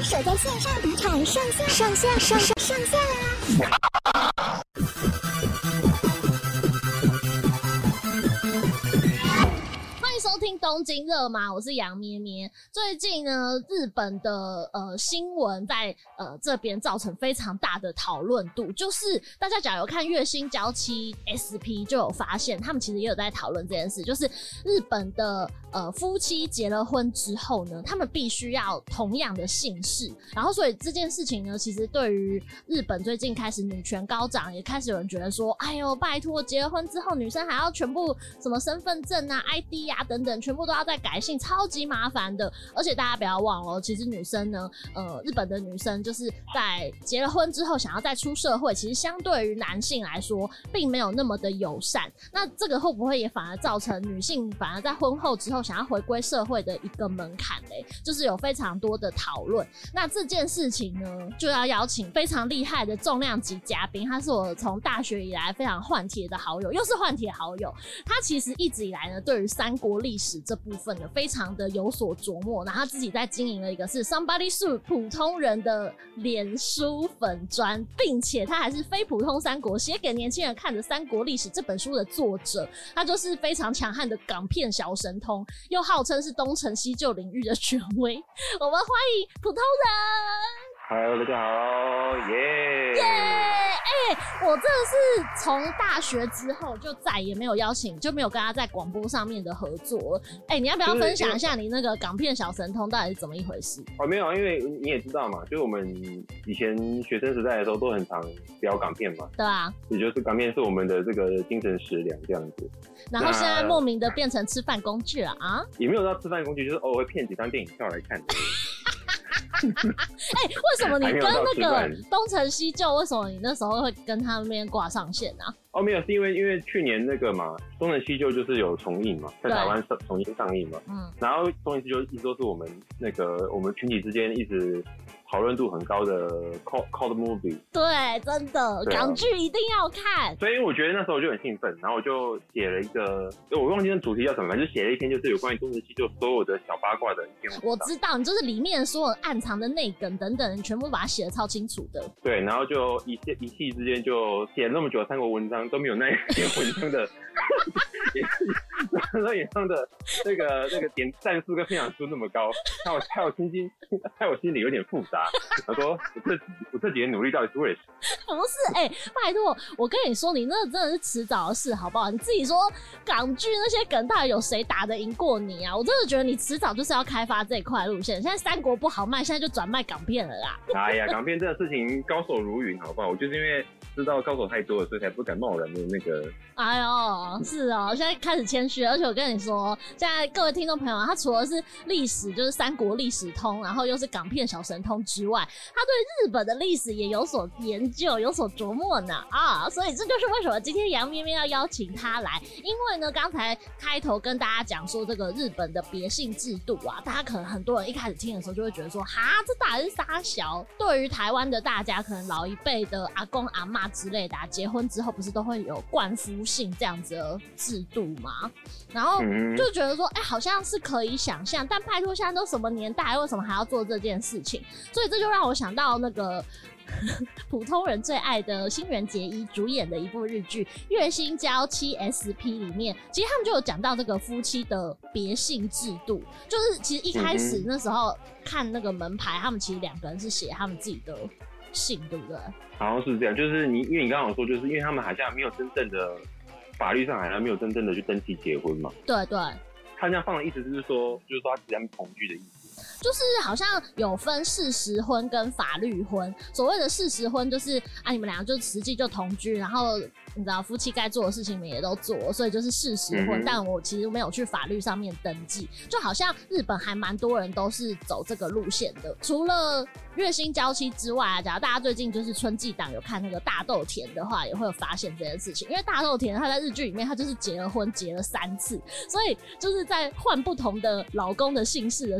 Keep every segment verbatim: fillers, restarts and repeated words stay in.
守在线上赌场上线上线上上上线啦！ 收听东京热吗？我是杨咩咩。最近呢，日本的呃新闻在呃这边造成非常大的讨论度，就是大家假如看月薪娇妻 S P 就有发现，他们其实也有在讨论这件事，就是日本的呃夫妻结了婚之后呢，他们必须要同样的姓氏，然后所以这件事情呢，其实对于日本最近开始女权高涨，也开始有人觉得说，哎呦，拜托，结了婚之后女生还要全部什么身份证啊、I D 啊等等，全部都要再改姓，超级麻烦的。而且大家不要忘了，其实女生呢，呃，日本的女生就是在结了婚之后，想要再出社会，其实相对于男性来说，并没有那么的友善。那这个会不会也反而造成女性反而在婚后之后想要回归社会的一个门槛嘞？就是有非常多的讨论。那这件事情呢，就要邀请非常厉害的重量级嘉宾，他是我从大学以来非常换帖的好友，又是换帖好友。他其实一直以来呢，对于三国历史这部分呢，非常的有所琢磨。然后他自己在经营了一个是 Somebody Su 普通人的脸书粉专，并且他还是非普通三国写给年轻人看的三国历史这本书的作者。他就是非常强悍的港片小神通，又号称是东成西就领域的权威。我们欢迎普通人。 Hello， 大家好，耶！ 耶！哎，我真的是从大学之后就再也没有邀请，就没有跟他在广播上面的合作。哎，你要不要分享一下你那个港片小神通到底是怎么一回事？ 哦，没有，因为你也知道嘛，就是我们以前学生时代的时候都很常聊港片嘛。 对啊。 也就是港片是我们的这个精神食粮这样子。 然后现在莫名的变成吃饭工具了啊？ 也没有到吃饭工具，就是偶尔会骗几张电影票来看。 哎、欸，为什么你跟那个东成西就，为什么你那时候会跟他们那边挂上线啊？ 哦，没有，是因为因为去年那个嘛，东成西就就是有重映嘛，在台湾重新上映嘛，嗯，然后东成西就一直都是我们那个我们群体之间一直讨论度很高的 cult cult movie。 对，真的，港剧一定要看。 所以我觉得那时候我就很兴奋，然后我就写了一个，我忘记那主题叫什么，反正就写了一篇，就是有关于东成西就所有的小八卦的一篇。 我知道，你就是里面所有暗藏的内梗等等，你全部把它写得超清楚的。 对，然后就一一气之间就写了那么久的三国文章，都没有那一篇文章的，那文章的那个那个点赞数跟分享数那么高，害我害我心心害我心里有点复杂。我说我这我这几年努力到底是为了什么？ 不是，哎、欸，拜托，我跟你说，你那真的是迟早的事，好不好？你自己说港剧那些梗，到底有谁打得赢过你啊？我真的觉得你迟早就是要开发这一块路线。现在三国不好卖，现在就转卖港片了啦。 哎呀，港片这个事情高手如云，好不好？我就是因为知道高手太多了，所以才不敢贸然的那个。 哎呦，是哦，现在开始谦虚，而且我跟你说，现在各位听众朋友，他除了是历史，就是三国历史通，然后又是港片小神通之外，他对日本的历史也有所研究，有所琢磨呢啊！所以这就是为什么今天杨咩咩要邀请他来，因为呢，刚才开头跟大家讲说这个日本的别姓制度啊，大家可能很多人一开始听的时候就会觉得说，哈，这到底是啥小？对于台湾的大家，可能老一辈的阿公阿嬷之类的、啊，结婚之后不是都会有冠夫姓这样子的制度吗？然后就觉得说，哎、欸，好像是可以想象，但拜托，现在都什么年代，为什么还要做这件事情？所以这就让我想到那个普通人最爱的新垣结衣主演的一部日剧《月薪娇妻 S P》里面，其实他们就有讲到这个夫妻的别姓制度，就是其实一开始那时候看那个门牌，他们其实两个人是写他们自己的姓，对不对？ 好像是这样，就是你因为你刚刚有说，就是因为他们好像没有真正的法律上好像没有真正的去登记结婚嘛。对对，他这样放的意思就是说，就是说他只他们同居的意思。 就是好像有分事实婚跟法律婚，所谓的事实婚就是啊，你们两个就实际就同居，然后你知道夫妻该做的事情你们也都做，所以就是事实婚、嗯。但我其实没有去法律上面登记，就好像日本还蛮多人都是走这个路线的。除了月薪娇妻之外啊，假如大家最近就是春季档有看那个大豆田的话，也会有发现这件事情。因为大豆田他在日剧里面他就是结了婚结了三次，所以就是在换不同的老公的姓氏的时候，会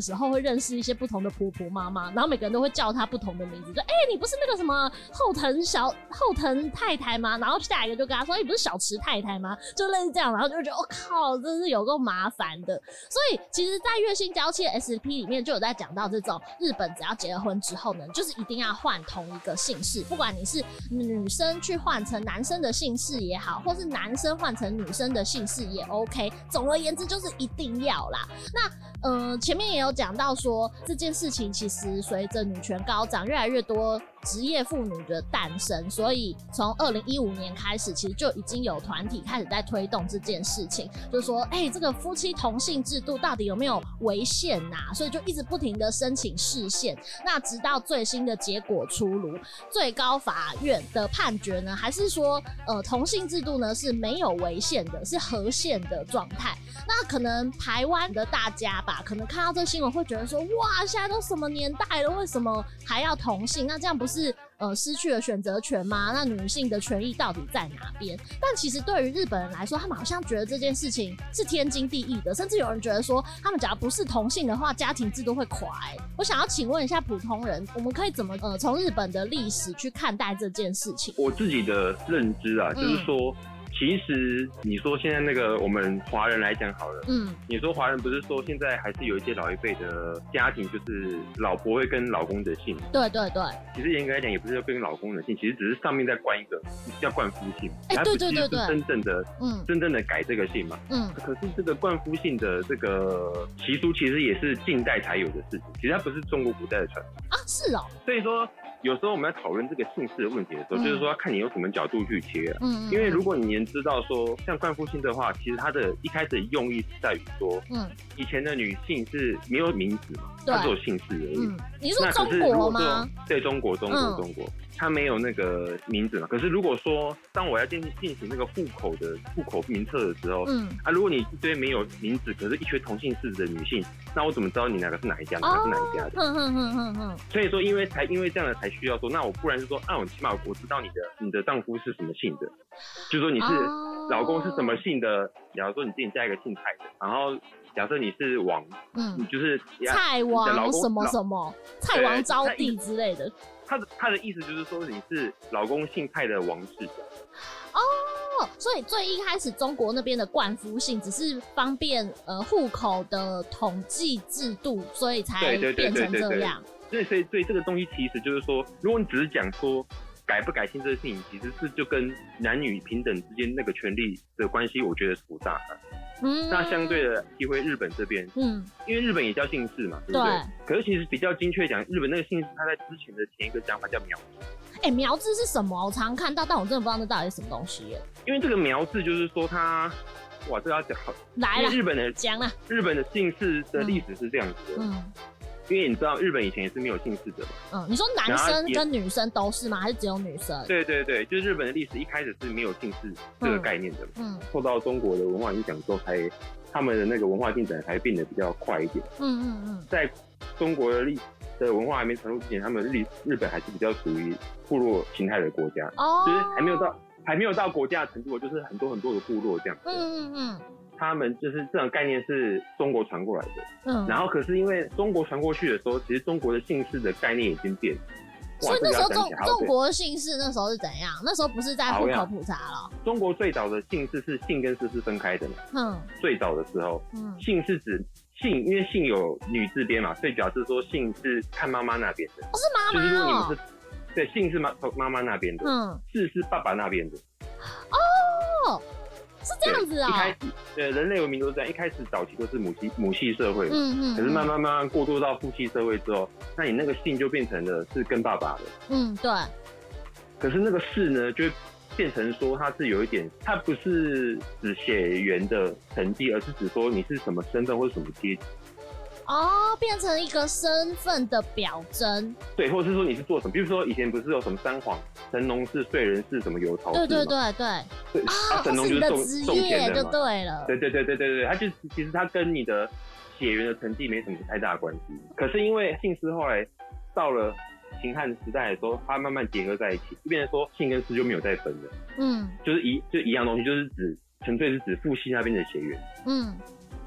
认识一些不同的婆婆妈妈，然后每个人都会叫她不同的名字，就哎、欸，你不是那个什么后藤小后藤太太吗？然后下一个就跟她说，你、欸、不是小池太太吗？就类似这样，然后就觉得我、哦、靠，真是有够麻烦的。所以其实，在月薪娇妻的 S P 里面就有在讲到这种日本只要结了婚之后呢，就是一定要换同一个姓氏，不管你是女生去换成男生的姓氏也好，或是男生换成女生的姓氏也 OK。总而言之，就是一定要啦。那呃，前面也有讲到说，这件事情其实随着女权高涨，越来越多职业妇女的诞生，所以从二零一五年开始，其实就已经有团体开始在推动这件事情，就是说，哎、欸，这个夫妻同姓制度到底有没有违宪呐？所以就一直不停的申请释宪。那直到最新的结果出炉，最高法院的判决呢，还是说，呃，同姓制度呢是没有违宪的，是合宪的状态。那可能台湾的大家吧，可能看到这新闻会觉得说，哇，现在都什么年代了，为什么还要同姓？那这样不是呃失去了选择权吗？那女性的权益到底在哪边？但其实对于日本人来说，他们好像觉得这件事情是天经地义的，甚至有人觉得说，他们假如不是同姓的话，家庭制度会垮、欸。我想要请问一下普通人，我们可以怎么呃从日本的历史去看待这件事情？ 我自己的认知啊，就是说。嗯其实你说现在那个我们华人来讲好了，嗯，你说华人不是说现在还是有一些老一辈的家庭，就是老婆会跟老公的姓， 对对对。 其实严格来讲也不是要跟老公的姓，其实只是上面再冠一个叫冠夫姓， 哎、欸，对对对对， 它不是真正的，嗯，真正的改这个姓嘛，嗯。可是这个冠夫姓的这个习俗其实也是近代才有的事情，其实它不是中国古代的传统啊，是哦。 所以说。有时候我们在讨论这个姓氏的问题的时候，嗯、就是说要看你用什么角度去切、啊。嗯，因为如果你能知道说，像冠夫姓的话，其实它的一开始的用意是在于说，嗯，以前的女性是没有名字嘛，她只有姓氏而已。嗯， 你说中国吗？ 对，中国，中国，嗯、中国。它没有那个名字嘛？可是如果说当我要进进行那个户口的户口名册的时候，嗯啊，如果你一堆没有名字，可是一缺同姓氏的女性，那我怎么知道你哪个是哪一家，哪个是哪一家的？嗯嗯嗯嗯嗯。所以说，因为才因为这样的才需要说，那我不然是说，啊，我起码我知道你的你的丈夫是什么姓的，就是说你是、哦、老公是什么姓的。假如说你自己加一个姓蔡的，然后假设你是王，嗯，你就是蔡王什么什么，蔡王招娣之类的。 他的他的意思就是说你是老公姓蔡的王室哦，所以最一开始中国那边的冠夫姓只是方便呃户口的统计制度，所以才变成这样。 对，所以所以这个东西其实就是说，如果你只是讲说改不改姓这个事情，其实是就跟男女平等之间那个权利的关系，我觉得是不大的。嗯，那相对的，提回日本这边，嗯，因为日本也叫姓氏嘛，对不对？对。可是其实比较精确讲，日本那个姓氏，它在之前的前一个讲法叫苗字。 哎、欸，苗字是什么？我常常看到，但我真的不知道那到底是什么东西耶。 因为这个苗字就是说它，哇，这个要讲好。 来了， 日本的讲了， 日本的姓氏的历史是这样子的。嗯。嗯因为你知道日本以前也是没有姓氏的嘛， 嗯，你说男生跟女生都是吗？还是只有女生？ 对对对，就是日本的历史一开始是没有姓氏这个概念的嘛，嗯，受到中国的文化影响之后，才他们的那个文化进展才变得比较快一点，嗯嗯嗯，在中国的历的文化还没传入之前，他们日日本还是比较属于部落形态的国家，哦，就是还没有到还没有到国家的程度，就是很多很多的部落这样，嗯嗯嗯。他们就是这种概念是中国传过来的，嗯，然后可是因为中国传过去的时候，其实中国的姓氏的概念已经变了， 所以那时候中中国的姓氏那时候是怎样？那时候不是在户口普查了？ 中国最早的姓氏是姓跟氏是分开的嘛，嗯，最早的时候，嗯，姓是指姓，因为姓有女字边嘛，所以表示说姓是看妈妈那边的， 哦，是妈妈、哦， 就是如果你们是对姓是妈妈妈那边的，嗯，氏是爸爸那边的， 哦。是这样子啊、哦！ 一开始，呃，人类文明都是这样。一开始早期都是母系母系社会，嗯嗯。可是慢慢慢慢过渡到父系社会之后，那你那个姓就变成了是跟爸爸的。嗯，对。可是那个氏呢，就变成说它是有一点，它不是指血缘的成绩，而是指说你是什么身份或者什么阶级。 哦，变成一个身份的表征， 对，或者是说你是做什么，比如说以前不是有什么三皇、神农氏、燧人氏、什么有巢氏， 对对对对， 对啊，神农就是种种田的就对了， 对对对对对对，它就其实它跟你的血缘的成绩没什么太大的关系，可是因为姓氏后来到了秦汉时代的时候，它慢慢结合在一起，就变成说姓跟氏就没有再分了，嗯，就是一就一样东西，就是指纯粹是指父系那边的血缘，嗯。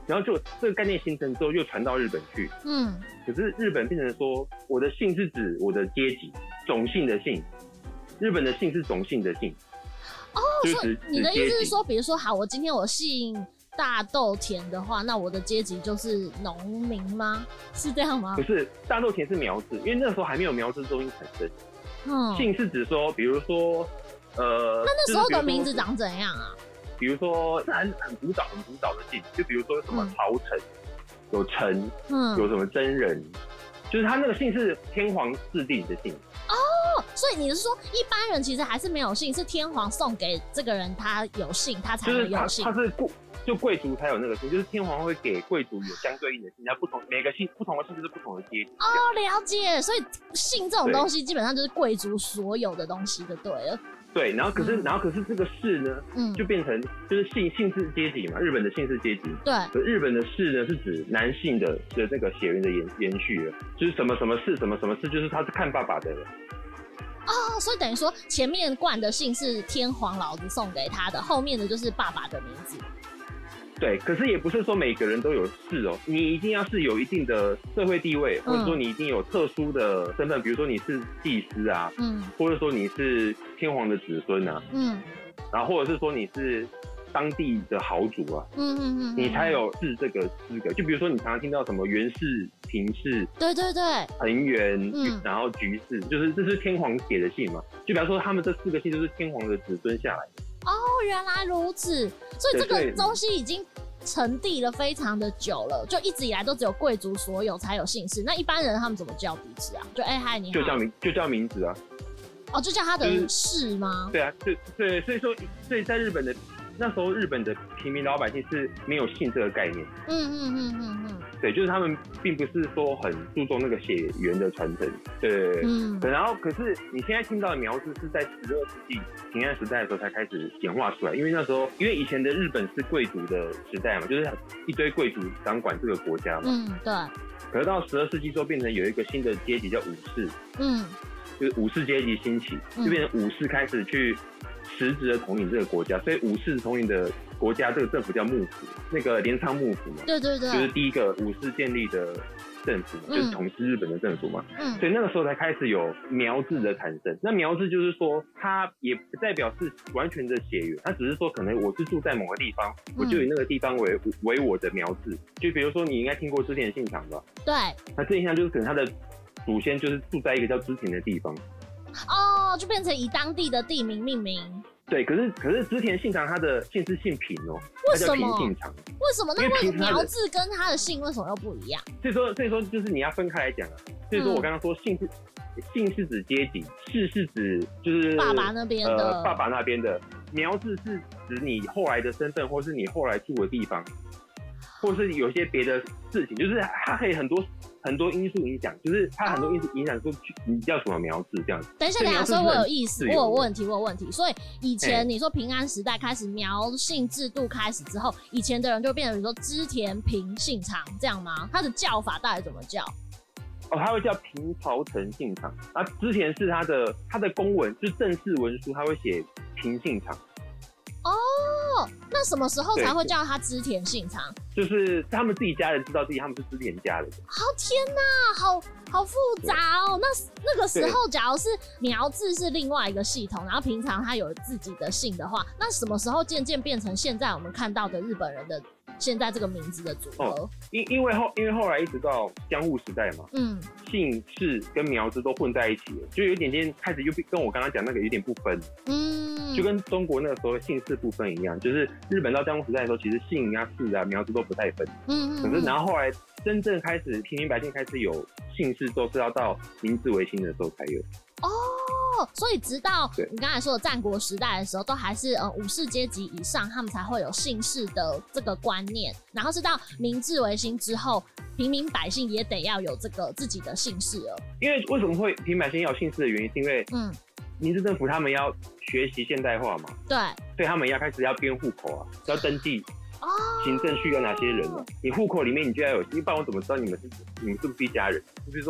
然后就这个概念形成之后，又传到日本去。嗯，可是日本变成说，我的姓是指我的阶级，种姓的姓。日本的姓是种姓的姓。 哦，所以你的意思是说，比如说，好，我今天我姓大豆田的话，那我的阶级就是农民吗？是这样吗？ 不是，大豆田是苗字，因为那时候还没有苗字中音产生。嗯，姓是指说，比如说，呃， 那那时候的名字长怎样啊？ 比如说，是很很古早、很古早的姓，就比如说什么曹陈，嗯、有陈，嗯，有什么真人，就是他那个姓是天皇制定的姓。 哦，所以你是说，一般人其实还是没有姓，是天皇送给这个人，他有姓，他才能有姓。 他, 他是贵，就贵族才有那个姓，就是天皇会给贵族有相对应的姓，那不同每个姓不同的姓就是不同的阶级。 哦，了解。所以姓这种东西基本上就是贵族所有的东西就对了。 对，然后可是，嗯、然后可是这个氏呢，嗯，就变成就是姓姓氏阶级嘛，日本的姓氏阶级。 对。 可日本的氏呢，是指男性的的这个血缘的延延续了，就是什么什么氏，什么什么氏，就是他是看爸爸的人。 哦，所以等于说前面冠的姓是天皇老子送给他的，后面的就是爸爸的名字。 对，可是也不是说每个人都有氏哦，你一定要是有一定的社会地位，或者说你一定有特殊的身份，比如说你是祭司啊，嗯，或者说你是天皇的子孙啊，嗯，然后或者是说你是当地的豪族啊，嗯嗯嗯，你才有氏这个资格。就比如说你常常听到什么袁氏、平氏， 对对对， 藤原，嗯，然后菊氏，就是这是天皇给的姓嘛。就比方说他们这四个姓就是天皇的子孙下来的。 哦，原来如此，所以这个东西已经沉地了非常的久了，就一直以来都只有贵族所有才有姓氏。那一般人他们怎么叫彼此啊？就哎嗨、欸、你好， 就叫名就叫名字啊。 哦，就叫他的氏吗？ 对啊，对对，所以说，所以在日本的那时候，日本的平民老百姓是没有姓这个概念。嗯嗯嗯嗯嗯。对，就是他们并不是说很注重那个血缘的传承。对，嗯。然后，可是你现在听到的苗字是在十二世纪平安时代的时候才开始演化出来，因为那时候，因为以前的日本是贵族的时代嘛，就是一堆贵族掌管这个国家嘛。 嗯，对。 可是到十二世纪之后，变成有一个新的阶级叫武士。嗯。就是武士阶级兴起，就变成武士开始去实质的统领这个国家，所以武士统领的国家这个政府叫幕府，那个镰仓幕府嘛， 对对对， 就是第一个武士建立的政府嘛，嗯、就是统治日本的政府嘛，嗯，所以那个时候才开始有苗字的产生。那苗字就是说，它也不代表是完全的血缘，它只是说可能我是住在某个地方，我就以那个地方为为我的苗字。就比如说你应该听过织田信长吧？ 对， 那织田信长就是可能他的祖先就是住在一个叫织田的地方， 哦，就变成以当地的地名命名。 对，可是可是织田信长他的姓是姓平哦， 为什么？ 他叫平信长。 为什么？那为苗字跟他的姓为什么又不一样？ 所以说，所以说就是你要分开来讲啊。所以说我刚刚说姓是姓是指阶级，氏是指就是爸爸那边的、 呃、爸爸那边的，苗字是指你后来的身份，或是你后来住的地方，或是有些别的事情，就是它可以很多。很多因素影响，就是它很多因素影响说你叫什么苗字这样子。 等一下，等一下，所以我有意思，我有问题，我有问题。所以以前你说平安时代开始苗姓制度开始之后，以前的人就变成说织田平信长这样吗？他的叫法到底怎么叫？ 哦，他会叫平朝臣信长。啊，之前是他的他的公文，就是正式文书，他会写平信长。 哦，那什么时候才会叫他织田信长？ 就是他们自己家人知道自己他们是织田家人。 好天哪，好好复杂哦。那那个时候，假如是苗字是另外一个系统，然后平常他有自己的姓的话，那什么时候渐渐变成现在我们看到的日本人的现在这个名字的组合？哦、 因因为后因为后来一直到江户时代嘛，嗯，姓氏跟苗字都混在一起了，就有点点开始又跟我刚刚讲那个有点不分，嗯，就跟中国那个时候姓氏不分一样，就是日本到江户时代的时候，其实姓啊氏啊苗字都不太分，嗯嗯，可是然后后来真正开始平民百姓开始有姓氏，都是要到明治维新的时候才有。 哦，所以直到你刚才说的战国时代的时候，都还是呃武士阶级以上，他们才会有姓氏的这个观念。然后是到明治维新之后，平民百姓也得要有这个自己的姓氏了。 因为为什么会平民百姓要有姓氏的原因，是因为嗯，明治政府他们要学习现代化嘛， 对， 所以他们要开始要编户口啊，要登记。哦，行政序有哪些人呢？你户口里面你就要有，你不然我怎么知道你们是你们是不是一家人？就是说，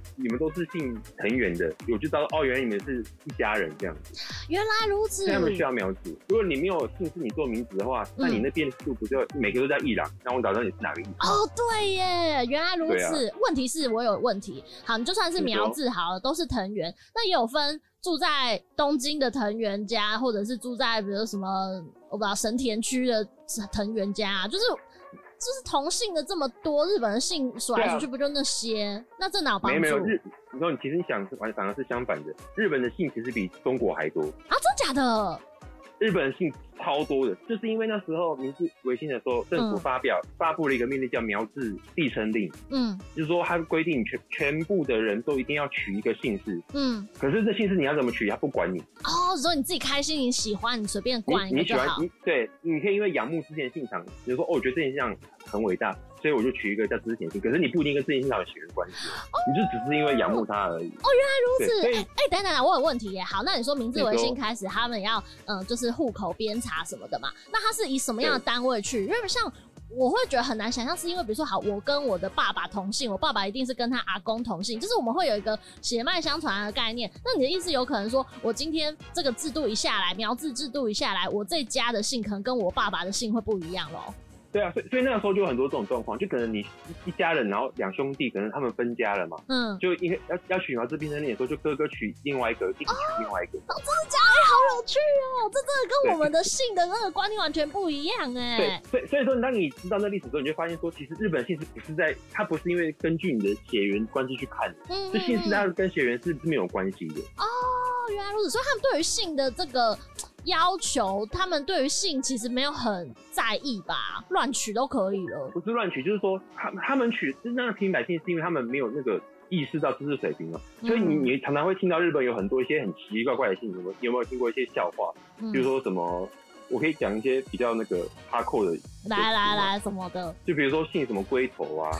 你们都是姓藤原的，我就知道哦，原来你们是一家人这样子。 原来如此。 所以他们需要苗字。如果你没有姓氏，你做名字的话，那你那边数不就每个都叫一郎？那我找到你是哪个一郎？ 哦，对耶，原来如此。啊、问题是我有问题。好，你就算是苗字好了，都是藤原，那也有分住在东京的藤原家，或者是住在比如什么我不知道神田区的藤原家，就是就是同姓的这么多，日本的姓数来数去不就那些？啊、那这哪有帮助？ 没有没有日，你说你其实你想反而是相反的，日本的姓其实比中国还多啊，真假的？ 日本的姓超多的，就是因为那时候明治维新的时候，政府发表、嗯、发布了一个命令叫苗字继承令，嗯，就是说它规定全全部的人都一定要取一个姓氏，嗯，可是这姓氏你要怎么取，他不管你。 哦，所以你自己开心，你喜欢，你随便冠一个就好。 你喜欢，你对，你可以因为仰慕织田信长，你就说哦，我觉得织田信长很伟大，所以我就取一个叫织田信。可是你不一定跟织田信长有血缘关系，哦、你就只是因为仰慕他而已。 哦，原来如此。哎、欸欸，等等等，我有问题耶。好，那你说明治维新开始，他们要嗯、呃，就是户口编查什么的嘛？那他是以什么样的单位去？因为像我会觉得很难想象，是因为比如说，好，我跟我的爸爸同姓，我爸爸一定是跟他阿公同姓，就是我们会有一个血脉相传的概念。那你的意思有可能说，我今天这个制度一下来，苗字制度一下来，我这家的姓可能跟我爸爸的姓会不一样咯。 对啊，所以所以那个时候就有很多这种状况，就可能你一家人，然后两兄弟，可能他们分家了嘛，嗯，就因为要要取苗字变成你的时候，就哥哥取另外一个，弟弟取另外一个。 哦，真的假的？哎、欸，好有趣哦！这真的跟我们的姓的那个观念完全不一样哎。 对，所以所以说，当你知道那历史之后，你就发现说，其实日本姓氏不是在，它不是因为根据你的血缘关系去看的，嗯，这姓氏它跟血缘是没有关系的。 哦，原来如此，所以他们对于姓的这个要求，他们对于姓其实没有很在意吧，乱取都可以了。 不是乱取，就是说他他们取那个平民百姓，是因为他们没有那个意识到知识水平嘛，嗯、所以你你常常会听到日本有很多一些很奇奇怪怪的姓，什么有没有听过一些笑话？嗯、比如说什么，我可以讲一些比较那个哈扣的， 来来来什么的， 就比如说姓什么龟头啊，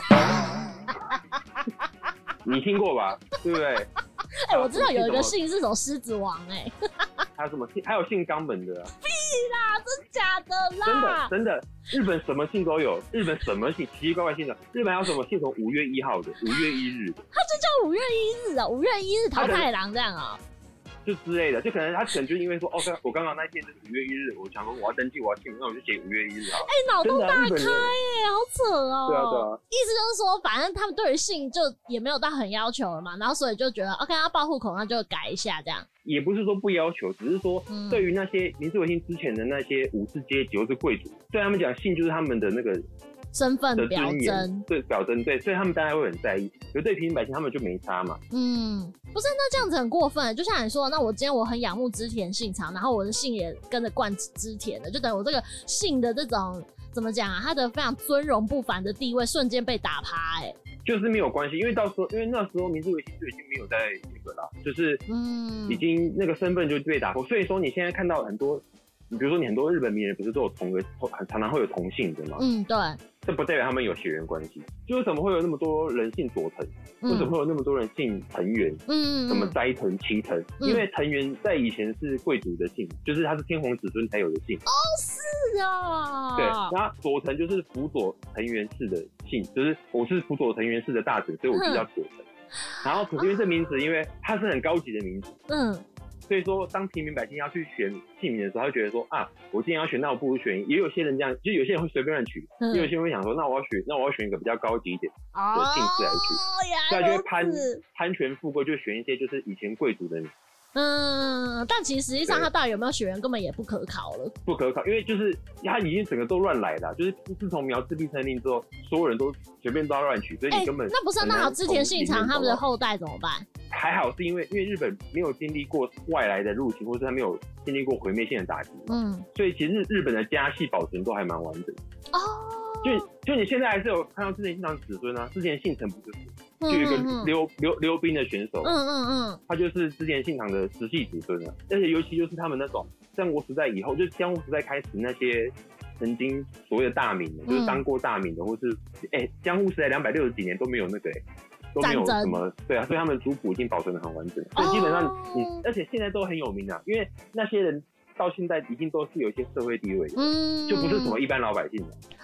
你听过吧？对不对？ 哎、欸，我知道有一个姓是什么狮子王哎、欸， 还有什么姓？还有姓肛门的、啊？ 屁啦，真假的啦？ 真的真的，日本什么姓都有，日本什么姓奇奇怪怪姓的，日本还有什么姓从五月一号的，五月一日的， 他就叫五月一日啊，五月一日桃太郎这样啊。 就之类的，就可能他可能就因为说，哦，我刚刚那一天就是五月一日，我想说我要登记，我要姓，那我就写五月一日好了。 哎、欸，脑洞大开耶，好扯哦、喔。 对啊，对啊。 意思就是说，反正他们对于姓就也没有到很要求了嘛，然后所以就觉得 ，OK， 他报户口那就改一下这样。 也不是说不要求，只是说对于那些明治维新之前的那些武士阶级或是贵族，对他们讲姓就是他们的那个身份的表征， 对表征，对，所以他们当然会很在意。可是对平民百姓他们就没差嘛。 嗯，不是，那这样子很过分。就像你说的，那我今天我很仰慕织田信长，然后我的姓也跟着冠织田的，就等于我这个姓的这种怎么讲啊？他的非常尊荣不凡的地位瞬间被打趴、欸，哎。 就是没有关系，因为到时候，因为那时候明治维新就已经没有在那个啦，就是嗯，已经那个身份就被打破。所以说你现在看到很多，比如说你很多日本名人不是都有同个常常会有同姓的嘛？嗯，对。这不代表他们有血缘关系，就为什么会有那么多人姓佐藤？嗯、为什么会有那么多人姓藤原？嗯，什么斋藤、齐藤？嗯、因为藤原在以前是贵族的姓，就是他是天皇子孙才有的姓。 哦，是啊。 对，那佐藤就是辅佐藤原氏的姓，就是我是辅佐藤原氏的大臣，所以我就叫佐藤。然后可是因为这名字，因为它是很高级的名字，嗯。所以说，当平民百姓要去选姓名的时候，他就觉得说啊，我今天要选，那我不如选。也有些人这样，就有些人会随便乱取，嗯、也有些人会想说，那我要选，那我要选一个比较高级一点的姓氏来取，哦、所以他就会攀攀权富贵，就选一些就是以前贵族的人。 嗯，但其实实际上他到底有没有血缘根本也不可考了， 不可考，因为就是他已经整个都乱来了，就是自从苗字必称令之后，所有人都随便都要乱取，所以你根本、欸、 那不是那好织田信长他们的后代怎么办？ 还好是因为因为日本没有经历过外来的入侵，或是他没有经历过毁灭性的打击，嗯，所以其实日本的家系保存都还蛮完整哦。就就你现在还是有看到织田信长子孙啊，织田信成不就是？就有一个溜溜溜冰的选手，嗯嗯嗯，他就是织田信长的直系子孙啊，而且尤其就是他们那种战国时代以后，就是江户时代开始那些曾经所谓的大名的，嗯、就是当过大名的，或是哎、欸、江户时代两百六十几年都没有那个、欸、都没有什么，对啊，所以他们的族谱已经保存得很完整，所以基本上你，哦、而且现在都很有名啊，因为那些人。到现在已经都是有一些社会地位的，嗯，就不是什么一般老百姓的。 哦，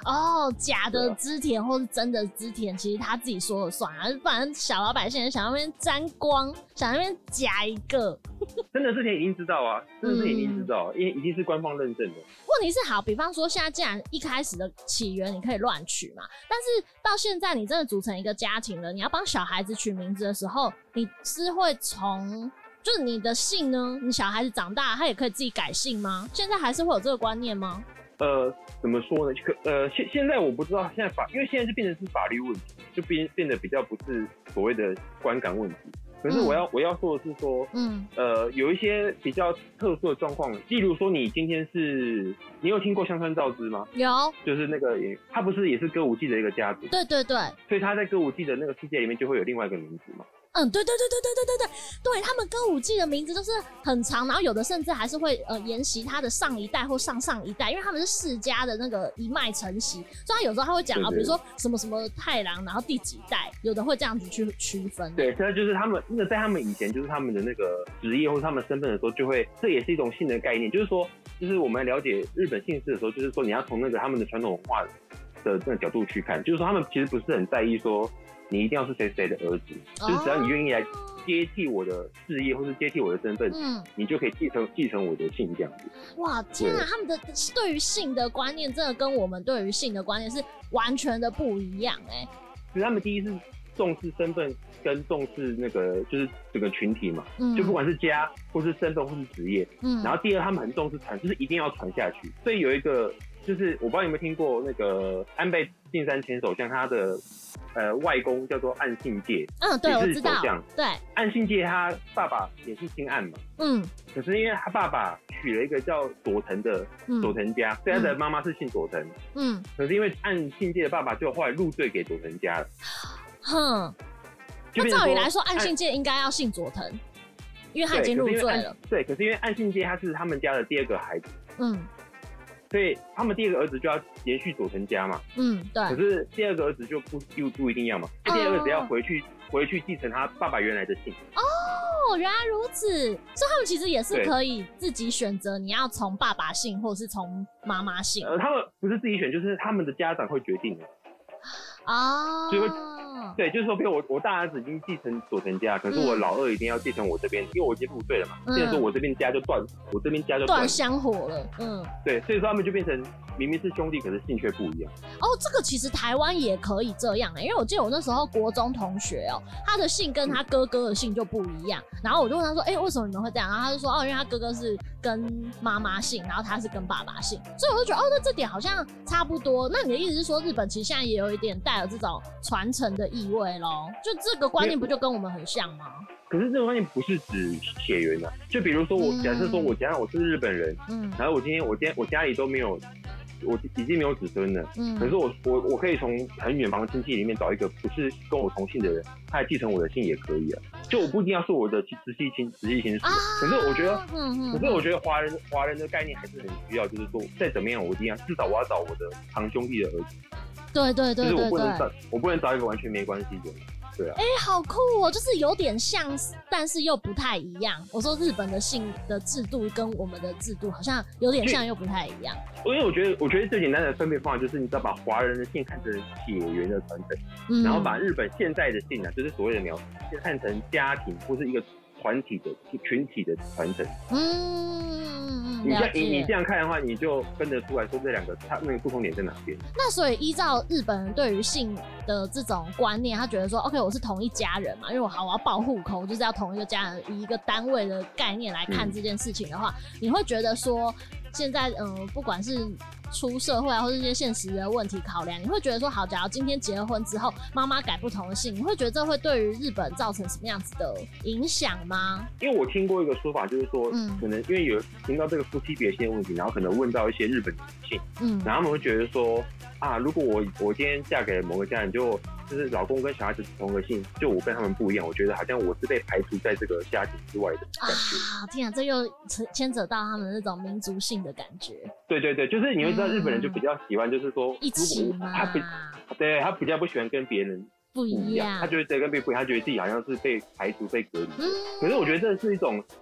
哦，假的织田或是真的织田，其实他自己说了算啊，不然小老百姓想要那边沾光，想要那边假一个。 真的织田一定知道啊，真的是一定知道，嗯、因为一定是官方认证的。 问题是好，比方说现在既然一开始的起源你可以乱取嘛，但是到现在你真的组成一个家庭了，你要帮小孩子取名字的时候，你是会从就是你的姓呢？你小孩子长大他也可以自己改姓吗？现在还是会有这个观念吗？ 呃，怎么说呢？呃，现现在我不知道，现在法因为现在就变成是法律问题，就变变得比较不是所谓的观感问题。可是我要、嗯、我要说的是说，嗯，呃，有一些比较特殊的状况，例如说你今天是，你有听过香川照之吗？ 有， 就是那个他不是也是歌舞伎的一个家族？ 对对对， 所以他在歌舞伎的那个世界里面就会有另外一个名字嘛。 嗯，对对对对对对对对，对他们歌舞伎的名字都是很长，然后有的甚至还是会呃沿袭他的上一代或上上一代，因为他们是世家的那个一脉承袭，所以他有时候他会讲啊，比如说什么什么太郎，然后第几代，有的会这样子去区分。 对，这就是他们那个在他们以前就是他们的那个职业或者他们身份的时候，就会这也是一种姓的概念，就是说，就是我们了解日本姓氏的时候，就是说你要从那个他们的传统文化的那个角度去看，就是说他们其实不是很在意说。你一定要是谁谁的儿子，就是只要你愿意来接替我的事业，或是接替我的身份，嗯，你就可以继承继承我的姓这样子。 哇，天啊！他们的对于姓的观念，真的跟我们对于姓的观念是完全的不一样哎、欸。 其实他们第一是重视身份，跟重视那个就是整个群体嘛，嗯，就不管是家或是身份或是职业，嗯，然后第二他们很重视传，就是一定要传下去。所以有一个就是我不知道你有没有听过那个安倍晋三前首相他的。呃，外公叫做岸信介， 嗯，对，我知道，对， 岸信介他爸爸也是姓岸嘛，嗯，可是因为他爸爸娶了一个叫佐藤的佐藤家，所以他的妈妈是姓佐藤，嗯，可是因为岸信介的爸爸就后来入赘给佐藤家了，哼， 那照理来说，岸信介应该要姓佐藤，因为他已经入赘了， 对，可是因为岸信介他是他们家的第二个孩子，嗯。所以他们第二个儿子就要延续佐藤家嘛，嗯，对。可是第二个儿子就不不不一定要嘛，第二个儿子要回去、哦、回去继承他爸爸原来的姓。 哦，原来如此，所以他们其实也是可以自己选择你要从爸爸姓或者是从妈妈姓。 呃，他们不是自己选，就是他们的家长会决定的。哦，所以会对，就是说，比如我我大儿子已经继承佐藤家，可是我老二一定要继承我这边，嗯、因为我已经入赘了嘛。现在说我这边家就断，我这边家就断香火了。嗯， 对，所以说他们就变成明明是兄弟，可是姓却不一样。 哦，这个其实台湾也可以这样哎、欸，因为我记得我那时候国中同学哦、喔，他的姓跟他哥哥的姓就不一样，然后我就问他说，哎、欸，为什么你们会这样？然后他就说，哦，因为他哥哥是跟妈妈姓，然后他是跟爸爸姓，所以我就觉得，哦，那这点好像差不多。那你的意思是说，日本其实现在也有一点带有这种传承的意味咯？就这个观念不就跟我们很像吗？ 可是这个观念不是指血缘啊，就比如说我假设说我家我是日本人，嗯，然后我今天我今天我家里都没有。我已经没有子孙了，嗯，可是我我我可以从很远房的亲戚里面找一个不是跟我同姓的人，他来继承我的姓也可以啊。就我不一定要是我的直系亲直系亲属，啊、可是我觉得，嗯嗯，可是我觉得华人华人的概念还是很需要，就是说再怎么样，我一定要至少我要找我的堂兄弟的儿子。 对对对对对， 就是我不能找我不能找一个完全没关系的。对啊， 哎、欸，好酷哦！就是有点像，但是又不太一样。我说日本的姓的制度跟我们的制度好像有点像，又不太一样。 因为我觉得，我觉得最简单的分辨方法就是，你只要把华人的姓看成血缘的传承，嗯、然后把日本现在的姓啊，就是所谓的苗，看成家庭或是一个团体的群体的传承。嗯，你这样你你这样看的话，你就分得出来说这两个它那个不同点在哪边。 那所以依照日本人对于姓的这种观念，他觉得说 ，OK， 我是同一家人嘛，因为我好我要报户口，就是要同一个家人，以一个单位的概念来看这件事情的话，嗯、你会觉得说，现在嗯、呃，不管是出社会啊，或是一些现实的问题考量，你会觉得说，好，假如今天结了婚之后，妈妈改不同的姓，你会觉得这会对于日本造成什么样子的影响吗？ 因为我听过一个说法，就是说，嗯，可能因为有听到这个夫妻别姓的问题，然后可能问到一些日本女性，嗯，然后他们会觉得说，啊，如果我我今天嫁给某个家人，就就是老公跟小孩子是同个姓，就我跟他们不一样，我觉得好像我是被排除在这个家庭之外的感觉。 啊，天啊，这又牵扯到他们那种民族性的感觉。 对对对，就是你会知道日本人就比较喜欢，就是说， 一起嘛， 他比对他比较不喜欢跟别人不一样， 他觉得这跟别人不一样，他觉得自己好像是被排除、被隔离。嗯，可是我觉得这是一种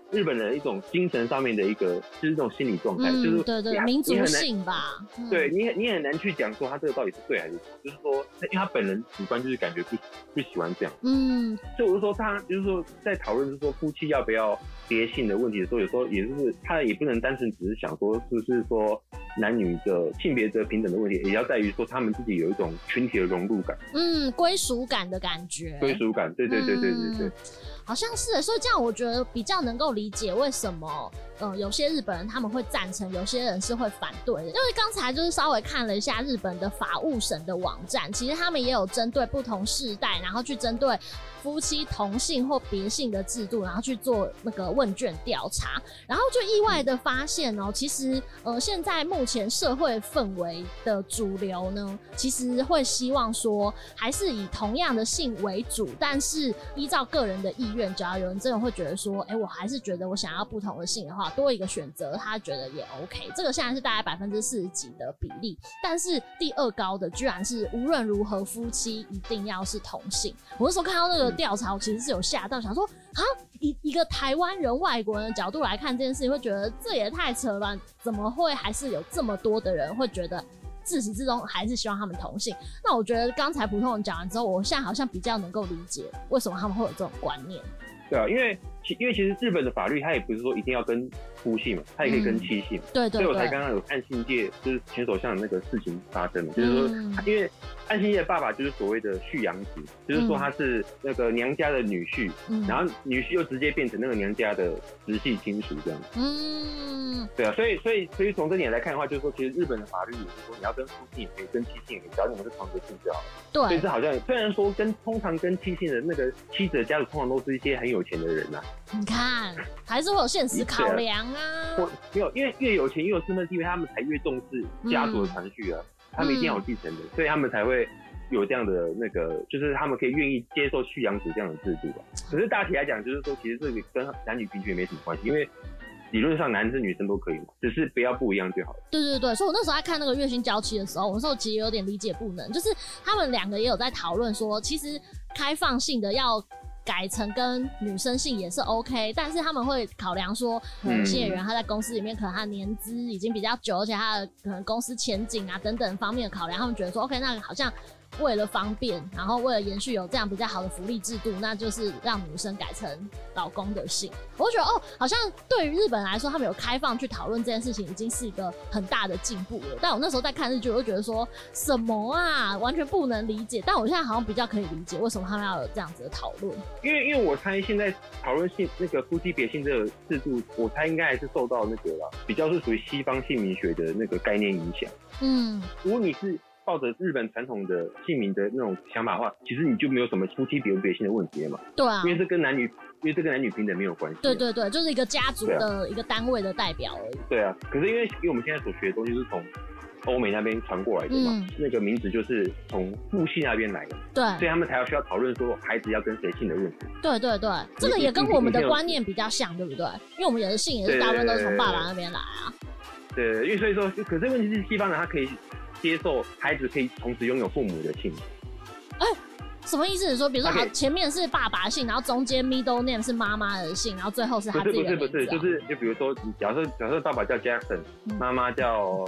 日本人一种精神上面的一个，就是一种心理状态， 嗯、 就是对对民族性吧。 嗯、对你你很难去讲说他这个到底是对还是错，就是说，因为他本人主观就是感觉不不喜欢这样。嗯，所以我就说他就是说在讨论就是说夫妻要不要别性的问题的时候，有时候也就是他也不能单纯只是想说是不是说男女的性别的平等的问题，也要在于说他们自己有一种群体的融入感， 嗯，归属感的感觉， 归属感，对对对对对对。嗯， 好像是，所以这样我觉得比较能够理解为什么，呃，有些日本人他们会赞成，有些人是会反对的。因为刚才就是稍微看了一下日本的法务省的网站，其实他们也有针对不同世代，然后去针对夫妻同性或别性的制度，然后去做那个问卷调查，然后就意外的发现哦，其实呃，现在目前社会氛围的主流呢，其实会希望说还是以同样的性为主，但是依照个人的意愿。只要有人真的会觉得说，哎、欸，我还是觉得我想要不同的性的话，多一个选择，他觉得也 OK。这个现在是大概百分之四十几的比例，但是第二高的居然是无论如何夫妻一定要是同性。我那时候看到那个调查，我其实是有吓到，想说啊，以一个台湾人、外国人的角度来看这件事情，会觉得这也太扯了，怎么会还是有这么多的人会觉得？自始至终还是希望他们同性。那我觉得刚才普通人讲完之后，我现在好像比较能够理解为什么他们会有这种观念。 对啊，因为因为其实日本的法律它也不是说一定要跟夫性嘛，它也可以跟妻性嘛、嗯。对对对。所以我才刚刚有岸信介就是前首相的那个事情发生嘛，就是说、嗯、因为岸信介的爸爸就是所谓的婿养子，就是说他是那个娘家的女婿，嗯、然后女婿又直接变成那个娘家的直系亲属这样。嗯。对啊，所以所以所以从这点来看的话，就是说其实日本的法律也是说你要跟夫性也可以，跟妻性也可以，只要你们是同一个性就好了。对。所以这好像虽然说跟通常跟妻性的那个妻子的家属通常都是一些很有钱的人呐、啊。 你看，还是会有现实考量啊。 我没有，因为越有钱越有身份地位，他们才越重视家族的传续啊、嗯，他们一定要有继承的、嗯，所以他们才会有这样的那个，就是他们可以愿意接受婿养子这样的制度吧。可是大体来讲，就是说，其实这个跟男女平权没什么关系，因为理论上男生女生都可以嘛，只是不要不一样就好了。 对对对，所以我那时候在看那个月薪娇妻的时候，我那时候其实有点理解不能，就是他们两个也有在讨论说，其实开放性的要改成跟女生性也是 OK， 但是他们会考量说，可能新演员他在公司里面可能他的年资已经比较久，而且他的可能公司前景啊等等方面的考量，他们觉得说 OK， 那好像为了方便，然后为了延续有这样比较好的福利制度，那就是让女生改成老公的姓。我觉得哦，好像对于日本来说，他们有开放去讨论这件事情，已经是一个很大的进步了。但我那时候在看日剧，我就觉得说什么啊，完全不能理解。但我现在好像比较可以理解为什么他们要有这样子的讨论。 因为因为我猜现在讨论性那个夫妻别姓这个制度，我猜应该还是受到那个啦，比较是属于西方姓名学的那个概念影响。嗯，如果你是抱着日本传统的姓名的那种想法的话，其实你就没有什么夫妻别不别姓的问题了嘛。对啊，因为这跟男女，因为这跟男女平等没有关系。 对对对，就是一个家族的一个单位的代表而已。 对啊，可是因为因为我们现在所学的东西是从欧美那边传过来的嘛、嗯，那个名字就是从父系那边来的，对，所以他们才要需要讨论说孩子要跟谁姓的问题。 对对对，这个也跟我们的观念比较像，对不对？因为我们有的姓也是大部分都是从爸爸那边来啊。 对，因为所以说，可是问题是西方人他可以接受孩子可以同时拥有父母的姓。 哎、欸，什么意思？说比如说，好，前面是爸爸姓，然后中间 middle name 是妈妈的姓，然后最后是他自己的名字、啊。 不是不是不是，就是就比如说，假设假设爸爸叫 Jackson， 妈、嗯、妈叫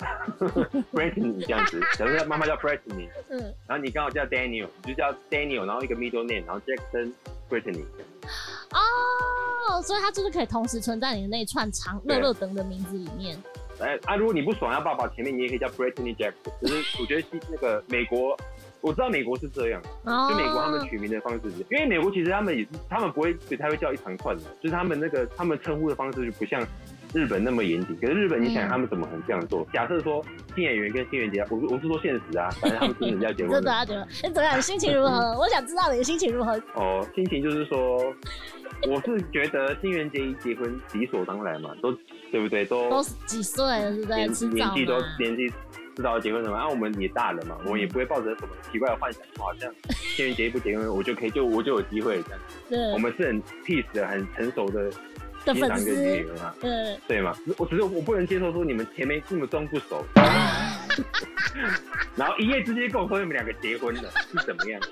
Brittany 这样子，假设妈妈叫 Brittany， 嗯，然后你刚好叫 Daniel， 你就叫 Daniel， 然后一个 middle name， 然后 Jackson Brittany。 哦，所以它就是可以同时存在你的那一串长乐乐等的名字里面。 哎啊，如果你不爽要爸爸前面，你也可以叫 Brittany Jackson。可是我觉得那个美国，我知道美国是这样，哦、就美国他们取名的方式，因为美国其实他们也是，他们不会不太会叫一长串的，就是他们那个他们称呼的方式就不像日本那么严谨。可是日本，你想他们怎么可能这样做？嗯、假设说新演员跟新垣结，我我是说现实啊，反正他们真的要结婚。 真的要结婚？你怎么样？心情如何？我想知道你的心情如何。 哦，心情就是说。我是觉得新垣结衣结婚理所当然嘛，都对不对？都都几岁了，是不是？年年纪都年纪知道结婚什么，然、啊、后我们也大了嘛，我们也不会抱着什么奇怪的幻想，好像新垣结衣不结婚，我就可以就我就有机会这样。对，我们是很 peace 的、很成熟的欣赏一个女演员嘛，对对嘛。我只是我不能接受说你们前面这么装不熟，然后一夜之间跟我说你们两个结婚了，是怎么样？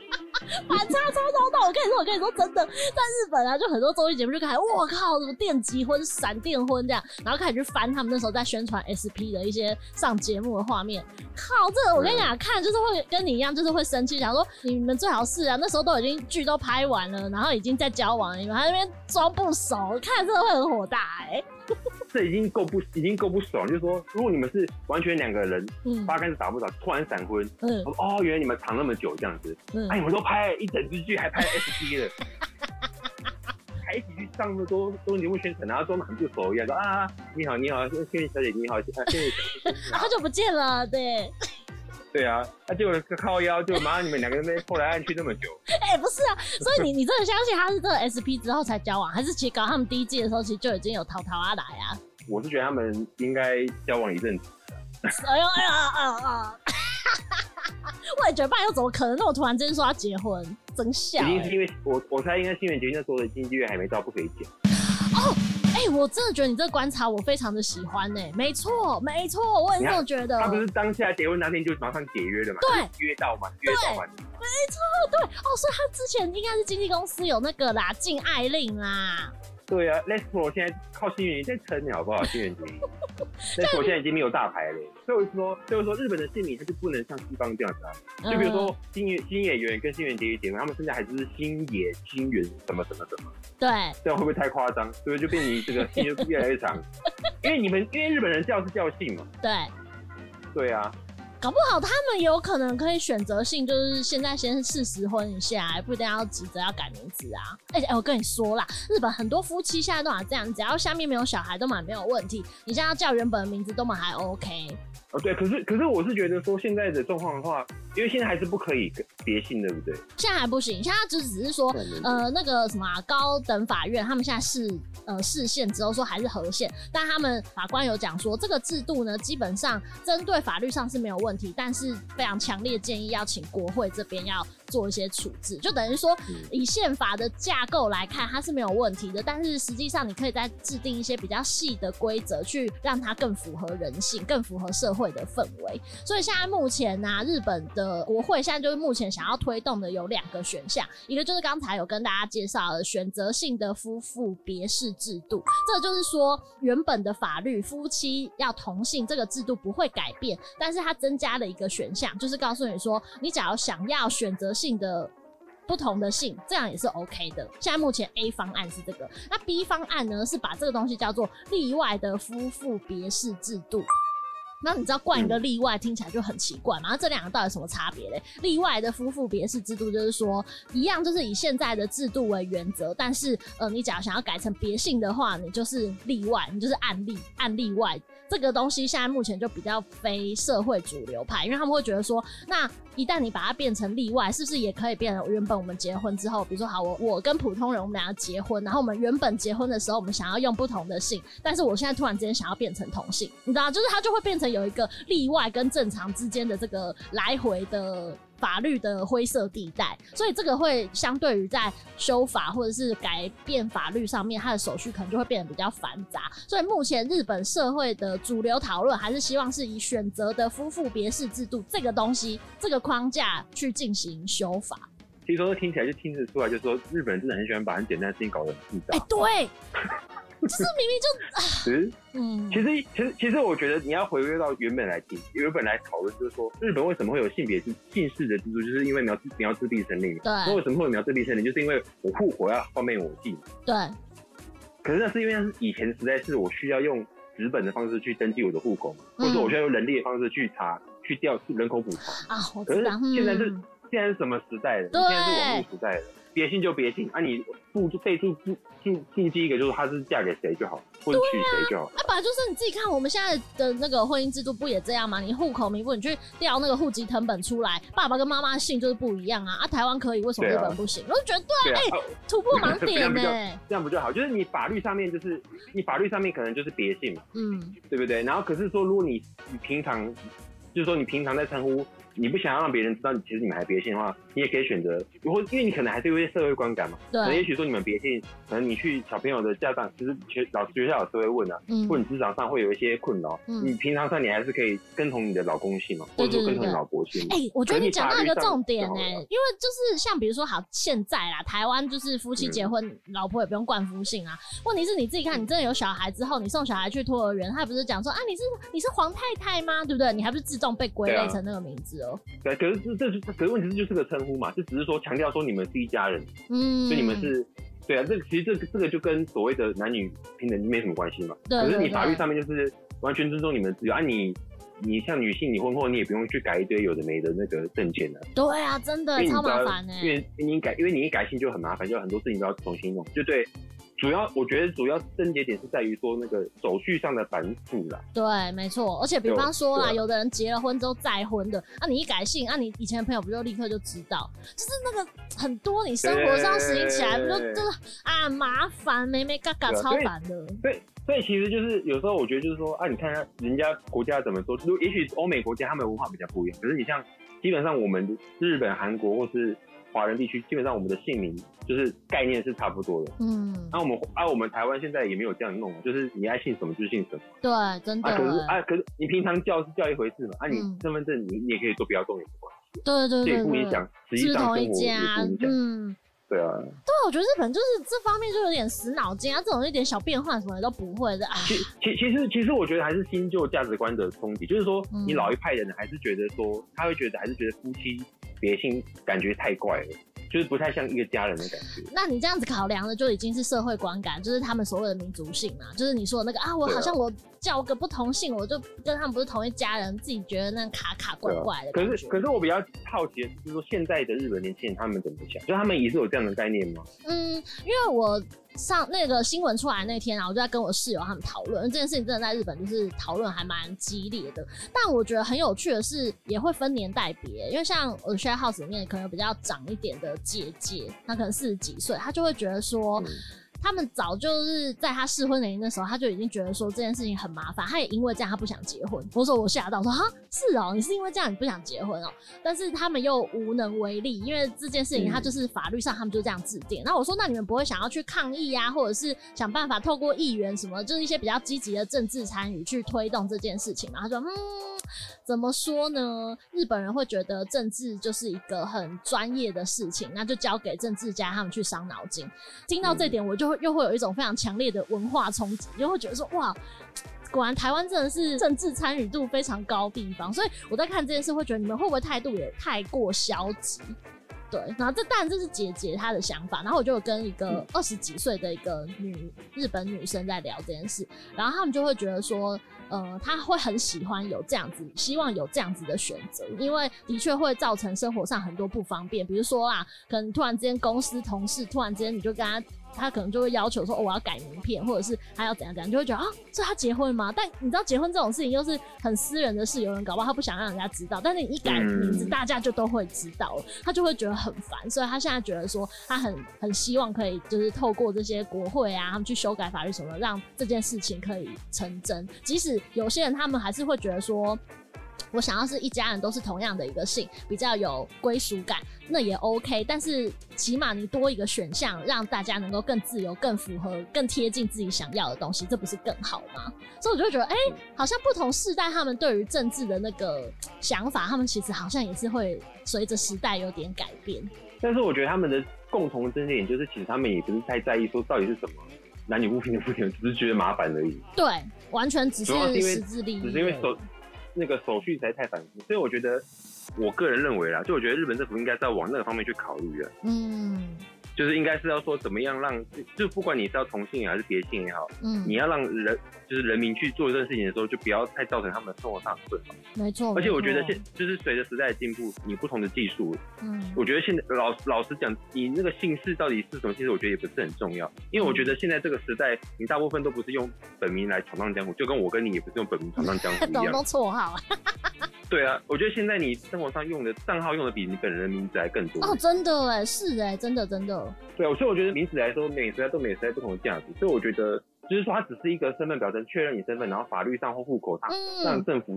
反差超超大！我跟你说，我跟你说，真的，在日本啊，就很多综艺节目就开始，我靠，什么电击婚、闪电婚这样，然后开始去翻他们那时候在宣传 S P 的一些上节目的画面。靠，这个我跟你讲，看就是会跟你一样，就是会生气，想说你们最好是啊，那时候都已经剧都拍完了，然后已经在交往了，你们还在那边装不熟，看真的会很火大哎、欸。 这已经够不已经够不爽，就是说，如果你们是完全两个人，嗯，八竿子打不着，突然闪婚，嗯，哦，原来你们藏那么久这样子，嗯，哎、啊，你们都拍了一整支剧，还拍了 S P 了，还一起去上那么多综艺节目宣传，然后装得很不熟一样，说啊，你好，你好，幸运小姐，你好，幸运小姐， 好久不见了，对。 对啊，那、啊、结果靠腰，就马上你们两个人后来暗去那么久。 哎、欸，不是啊，所以你你真的相信他是这个 S P 之后才交往，还是其实搞他们第一季的时候其实就已经有淘淘啊来啊？ 我是觉得他们应该交往一阵子。 哎呦哎呀哎呀！我也觉得，爸又怎么可能那么突然之间说要结婚？真笑、欸！ 一定是因为我我猜应该新垣结衣那时候的经纪月还没到，不可以剪。 哦。哎、欸，我真的觉得你这个观察我非常的喜欢呢、欸。没错，没错，我也这么觉得。 他不是当下结婚那天就马上解约了嘛？ 对， 约到嘛，约到嘛。 没错，对哦，所以他之前应该是经纪公司有那个啦，禁爱令啦。 对啊 ，Leslie 现在靠新垣结衣在撑你好不好？新垣结衣 ，Leslie 现在已经没有大牌了，所以我说，所以我说日本的姓名他就不能像西方这样子啊。就比如说新新演员跟新垣结衣结婚，他们现在还是新野新垣什么什么什么。 对， 这样会不会太夸张？对不对？就变成这个姓就越来越长，因为你们因为日本人叫是叫姓嘛。 对， 对啊。 搞不好他们有可能可以选择性，就是现在先事实婚一下，不一定要急着要改名字啊。而且、欸，我跟你说啦，日本很多夫妻现在都嘛这样，只要下面没有小孩都嘛没有问题。你现在要叫原本的名字都嘛还 OK。 哦，对，可是可是我是觉得说现在的状况的话，因为现在还是不可以别姓，对不对？ 现在还不行，现在就只是说，呃，那个什么、啊、高等法院他们现在释呃释宪之后说还是合宪，但他们法官有讲说，这个制度呢基本上针对法律上是没有问题，但是非常强烈建议要请国会这边要做一些处置，就等于说以宪法的架构来看它是没有问题的，但是实际上你可以再制定一些比较细的规则，去让它更符合人性，更符合社会的氛围。所以现在目前呢、啊，日本的国会现在就是目前想要推动的有两个选项，一个就是刚才有跟大家介绍的选择性的夫妇别氏制度，这就是说原本的法律夫妻要同姓这个制度不会改变，但是它增加了一个选项，就是告诉你说，你假如想要选择性的不同的姓，这样也是 OK 的。现在目前 A 方案是这个，那 B 方案呢是把这个东西叫做例外的夫妇别氏制度。那你知道冠一个例外听起来就很奇怪嘛？那这两个到底有什么差别嘞？例外的夫妇别氏制度就是说，一样就是以现在的制度为原则，但是呃，你假如想要改成别姓的话，你就是例外，你就是按例按例外。这个东西现在目前就比较非社会主流派，因为他们会觉得说，那一旦你把它变成例外，是不是也可以变成原本我们结婚之后，比如说好，我我跟普通人我们俩结婚，然后我们原本结婚的时候我们想要用不同的姓，但是我现在突然之间想要变成同姓，你知道，就是它就会变成有一个例外跟正常之间的这个来回的法律的灰色地带，所以这个会相对于在修法或者是改变法律上面，它的手续可能就会变得比较繁杂。所以目前日本社会的主流讨论还是希望是以选择的夫妇别氏制度这个东西、这个框架去进行修法。 其实说听起来就听得出来，就是说日本人真的很喜欢把很简单的事情搞得很复杂。 哎、欸，对。就是明明就， 其实，嗯，其实，其实，其实，我觉得你要回归到原本来听，原本来讨论，就是说，日本为什么会有性别制、姓氏的制度，就是因为苗字苗字必生令。 对。 那为什么会有苗字必生令？就是因为我户口要方便我记。 对。 可是那是因为那是以前时代是我需要用纸本的方式去登记我的户口嘛，嗯、或者说我需要用人力的方式去查、去调人口普查。 啊，我知道。 可是现在是、嗯、现在是什么时代了？ 对。 现在是网络时代了。别姓就别姓啊！你注备注注注注记一个，就是她是嫁给谁就好，或者娶谁就好。 啊，本来就是你自己看，我们现在的那个婚姻制度不也这样吗？你户口名簿，你去调那个户籍誊本出来，爸爸跟妈妈姓就是不一样啊！啊，台湾可以，为什么日本不行？啊、我就觉得对啊，哎、欸，突破盲点呢、欸， 这样不就好？就是你法律上面就是你法律上面可能就是别姓嘛，嗯，对不对？然后可是说，如果你你平常就是说你平常在称呼。 你不想要让别人知道你其实你们还别姓的话，你也可以选择，或因为你可能还是有一些社会观感嘛， 对， 可能也许说你们别姓，可能你去小朋友的家长，就是学老学校老师会问啊，嗯、或者你职场上会有一些困扰，嗯、你平常上你还是可以跟同你的老公姓嘛，或者说跟同你老婆姓。 哎、欸，我觉得你讲到一个重点哎、欸，因为就是像比如说好现在啦，台湾就是夫妻结婚，嗯、老婆也不用冠夫姓啊。问题是你自己看，你真的有小孩之后，你送小孩去托儿园，他不是讲说啊你是你是黄太太吗？对不对？你还不是自动被归类成那个名字哦、喔。 对，可是这这可是问题是就是个称呼嘛，就只是说强调说你们是一家人，嗯，所以你们是。对啊，这个其实这个这个就跟所谓的男女平等没什么关系嘛。对对对，可是你法律上面就是完全尊重你们自由啊你，你你像女性你婚后你也不用去改一堆有的没的那个证件啊。 对啊，真的超麻烦哎、欸。 因为你改，因为你一改姓就很麻烦，就很多事情都要重新弄，就对。主要我觉得主要症结点是在于说那个手续上的繁复啦。 对，没错。而且比方说啦，有的人结了婚之后再婚的，啊，你一改姓，啊，你以前的朋友不就立刻就知道？就是那个很多你生活上实行起来，不就就是啊麻烦，眉眉嘎嘎超烦的。 对，所以其实就是有时候我觉得就是说啊，你看人家国家怎么做，也许欧美国家他们的文化比较不一样，可是你像基本上我们日本、韩国或是华人地区，基本上我们的姓名就是概念是差不多的。嗯，那、啊、我们啊，我们台湾现在也没有这样弄，就是你爱姓什么就是姓什么。 对，真的。 啊，可是啊，可是你平常叫是叫一回事嘛，啊，你身份证你你也可以说不要动也没关系。 对对对对， 这也不影响，实际上生活也不影响。嗯，对啊。 对，我觉得日本就是这方面就有点死脑筋啊，这种一点小变换什么的都不会的啊。 其其其实其实我觉得还是新旧价值观的冲击，就是说你老一派人还是觉得说，他会觉得还是觉得夫妻别姓感觉太怪了。就是不太像一个家人的感觉。 那你这样子考量的就已经是社会观感，就是他们所谓的民族性嘛，就是你说的那个啊，我好像我叫个不同姓，我就跟他们不是同一家人，自己觉得那卡卡怪怪的感觉。 可是可是我比较好奇的是，就是说现在的日本年轻人他们怎么想？就他们也是有这样的概念吗？ 嗯，因为我上那个新闻出来那天啊，我就在跟我室友他们讨论这件事情，真的在日本就是讨论还蛮激烈的。但我觉得很有趣的是，也会分年代别，因为像我的 share house 里面可能有比较长一点的姐姐，她可能四十几岁，她就会觉得说。嗯，他们早就是在他适婚年龄的时候，他就已经觉得说这件事情很麻烦，他也因为这样他不想结婚。我说我吓到，说哈是哦，你是因为这样你不想结婚哦？但是他们又无能为力，因为这件事情他就是法律上他们就这样制定。然后我说那你们不会想要去抗议啊，或者是想办法透过议员什么，就是一些比较积极的政治参与去推动这件事情嘛？他说嗯，怎么说呢？日本人会觉得政治就是一个很专业的事情，那就交给政治家他们去伤脑筋。听到这点我就又会有一种非常强烈的文化冲击，就会觉得说哇，果然台湾真的是政治参与度非常高的地方。所以我在看这件事会觉得你们会不会态度也太过消极？对，然后这当然这是姐姐她的想法，然后我就有跟一个二十几岁的一个女日本女生在聊这件事，然后他们就会觉得说呃，他会很喜欢有这样子，希望有这样子的选择，因为的确会造成生活上很多不方便，比如说啊，可能突然之间公司同事突然之间你就跟他。他可能就会要求说、哦、我要改名片，或者是他要怎样怎样，就会觉得啊，这他结婚吗？但你知道结婚这种事情又是很私人的事，有人搞不好他不想让人家知道，但是你一改名字，大家就都会知道了，他就会觉得很烦，所以他现在觉得说他很很希望可以就是透过这些国会啊，他们去修改法律什么的，让这件事情可以成真。即使有些人他们还是会觉得说。我想要是一家人都是同样的一个姓，比较有归属感，那也 OK。但是起码你多一个选项，让大家能够更自由、更符合、更贴近自己想要的东西，这不是更好吗？所以我就会觉得，哎、欸，好像不同世代他们对于政治的那个想法，他们其实好像也是会随着时代有点改变。 但是我觉得他们的共同症结点就是，其实他们也不是太在意说到底是什么男女不平等不平等，只是觉得麻烦而已。 对，完全只是实质利益， 只是因为手。那个手续实在太繁复，所以我觉得，我个人认为啦，就我觉得日本政府应该是要往那个方面去考虑的。嗯，就是应该是要说怎么样让，就不管你是要同性还是别性也好，嗯，你要让人就是人民去做这件事情的时候，就不要太造成他们生活上的困扰。 没错， 而且我觉得现就是随着时代的进步，你不同的技术，嗯，我觉得现在老老实讲，你那个姓氏到底是什么姓氏，我觉得也不是很重要，因为我觉得现在这个时代，你大部分都不是用本名来闯荡江湖，就跟我跟你也不是用本名闯荡江湖一样， 都绰号。 对啊，我觉得现在你生活上用的账号用的比你本人的名字还更多。 哦，真的哎，是哎，真的真的。 对啊，所以我觉得名字来说，每个时代都每个时代不同的价值，所以我觉得就是说，它只是一个身份表征，确认你身份，然后法律上或户口上，嗯、让政府在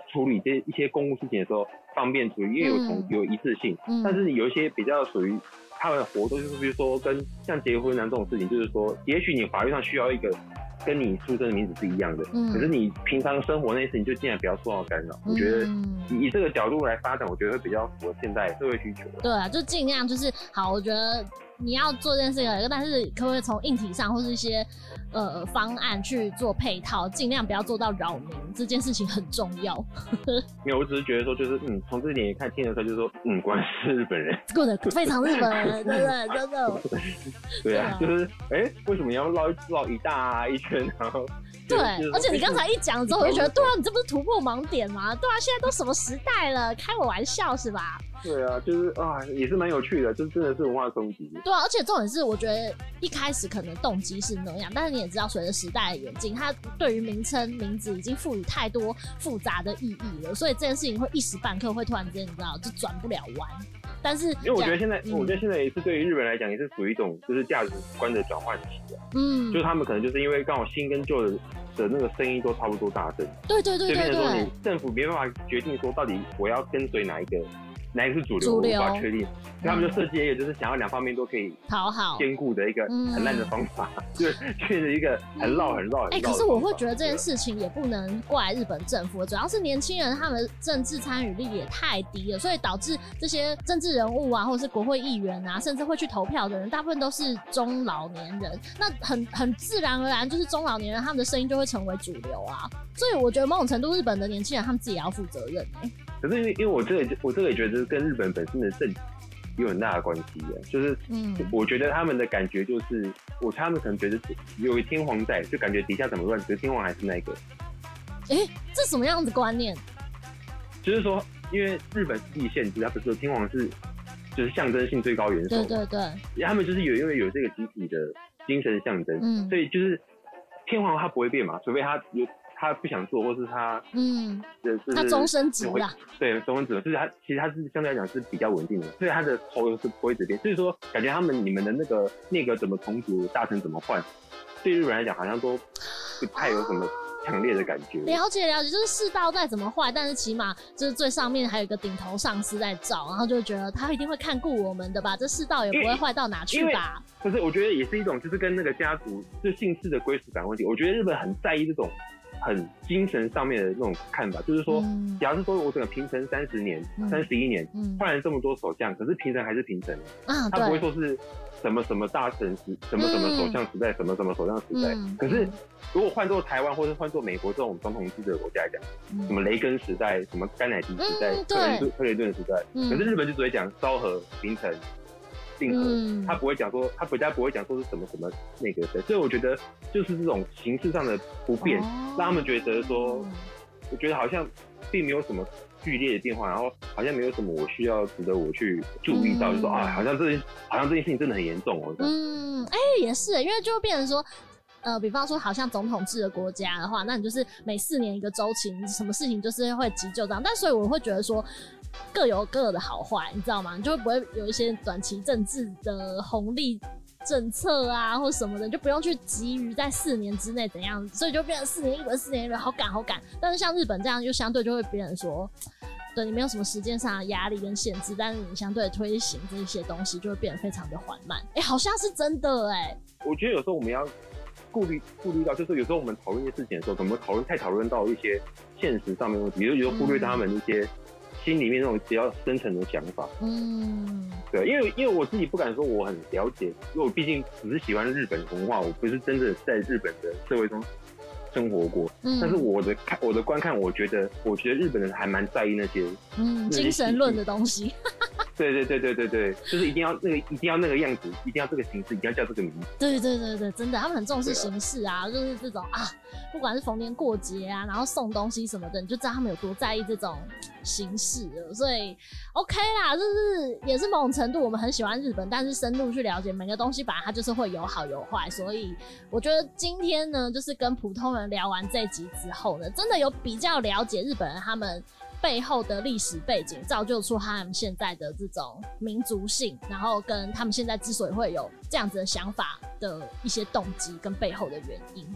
处理这一些公务事情的时候方便处理，因为有同、嗯、有一致性、嗯。但是有一些比较属于他们的活动，就是比如说跟像结婚啊这种事情，就是说，也许你法律上需要一个跟你出生的名字是一样的，嗯、可是你平常生活那些事情就尽量不要受到干扰。嗯、我觉得以这个角度来发展，我觉得会比较符合现代社会需求。 对啊，就尽量就是好，我觉得。你要做这件事情，但是可不可以从硬体上或是一些呃方案去做配套，尽量不要做到扰民，这件事情很重要。 没有，我只是觉得说，就是嗯，从这点也看听得出来，就是说，嗯，果然是日本人， 过得非常日本人，对不对？真的。 对啊，就是哎、欸，为什么你要绕绕一大一圈，然后？ 对，而且你刚才一讲之后，我就觉得，对啊，你这不是突破盲点吗？对啊，现在都什么时代了，开我玩笑是吧？ 对啊，就是啊，也是蛮有趣的，就真的是文化冲击。 对啊，而且重点是，我觉得一开始可能动机是那样，但是你也知道，随着时代的演进，它对于名称、名字已经赋予太多复杂的意义了，所以这件事情会一时半刻会突然之间，你知道，就转不了弯。但是， 因为我觉得现在，嗯、我觉得现在也是对于日本来讲，也是属于一种就是价值观的转换期啊。嗯，就是他们可能就是因为刚好新跟旧的的那个声音都差不多大声。 对对对对对。所以变成说，你政府没办法决定说到底我要跟随哪一个。哪一个是主流，主流我无法确定。所以他们就设计一个，就是想要两方面都可以讨好、 兼顾的一个很烂的方法，嗯、就是确实一个很绕、很绕、很绕。哎、欸， 可是我会觉得这件事情也不能怪日本政府，主要是年轻人他们政治参与力也太低了，所以导致这些政治人物啊，或者是国会议员啊，甚至会去投票的人，大部分都是中老年人。那很很自然而然，就是中老年人他们的声音就会成为主流啊。所以我觉得某种程度，日本的年轻人他们自己也要负责任、欸。 可是因为因为我这个我这个也觉得跟日本本身的政体有很大的关系的，就是嗯，我觉得他们的感觉就是，我他们可能觉得有个天皇在，就感觉底下怎么乱，可是天皇还是那个。 哎、欸，这什么样子观念？ 就是说，因为日本自己限制，他不是说天皇是就是象征性最高元首， 对对对， 他们就是有因为有这个集体的精神象征，嗯，所以就是天皇他不会变嘛，除非他有。他不想做，或是他，嗯，就是、 他终身制啦， 对，终身制，就是他其实他是相对来讲是比较稳定的，所以他的头是不会直变。所以说，感觉他们你们的那个内阁怎么重组，大臣怎么换，对日本来讲好像都不太有什么强烈的感觉。 了解了解，就是世道再怎么坏，但是起码就是最上面还有一个顶头上司在照，然后就觉得他一定会看顾我们的吧，这世道也不会坏到哪去吧。 不是，我觉得也是一种就是跟那个家族就姓氏的归属感问题。我觉得日本很在意这种。很精神上面的那种看法，就是说，嗯、假如说我整个平成三十年、三十一年换了这么多首相，可是平成还是平成，啊，他不会说是什么什么大臣时、什么什么首相时代、嗯、什么什么首相时代。嗯、可是如果换做台湾或者换做美国这种总统制的国家来讲，嗯、什么雷根时代、什么甘乃迪时代、嗯、克林顿、克林顿时代，嗯、可是日本就只会讲昭和、平成。嗯、他不会讲说，他比较不会讲说是什么什么那个的，所以我觉得就是这种形式上的不便，哦、让他们觉得说，我觉得好像并没有什么剧烈的变化，然后好像没有什么我需要值得我去注意到，嗯、就说啊，好像这好像这件事情真的很严重哦。 嗯，哎、欸，也是，因为就会变成说。呃，比方说，好像总统制的国家的话，那你就是每四年一个周期，你什么事情就是会急救这样。但所以我会觉得说，各有各的好坏，你知道吗？你就不会有一些短期政治的红利政策啊，或什么的，你就不用去急于在四年之内怎样，所以就变成四年一轮，四年一轮，好赶好赶。但是像日本这样，就相对就会变成说，对你没有什么时间上的压力跟限制，但是你相对推行这一些东西就会变得非常的缓慢。哎、欸，好像是真的哎、欸。 我觉得有时候我们要。顾虑顾虑到，就是有时候我们讨论一些事情的时候，可能讨论太讨论到一些现实上面的问题，比如有时候忽略他们一些心里面那种比较深层的想法。嗯，对，因为因为我自己不敢说我很了解，因为我毕竟只是喜欢日本文化，我不是真的在日本的社会中生活过。嗯，但是我的看我的观看，我觉得我觉得日本人还蛮在意那些嗯精神论的东西。 对对对对对对，就是一定要那个一定要那个样子，一定要这个形式，一定要叫这个名字。 对对对对，真的，他们很重视形式啊，就是这种啊，不管是逢年过节啊，然后送东西什么的，你就知道他们有多在意这种形式了。所以 OK 啦，就是也是某种程度我们很喜欢日本，但是深入去了解每个东西，本来它就是会有好有坏。所以我觉得今天呢，就是跟普通人聊完这一集之后呢，真的有比较了解日本人他们。背后的历史背景造就出他们现在的这种民族性，然后跟他们现在之所以会有这样子的想法的一些动机跟背后的原因。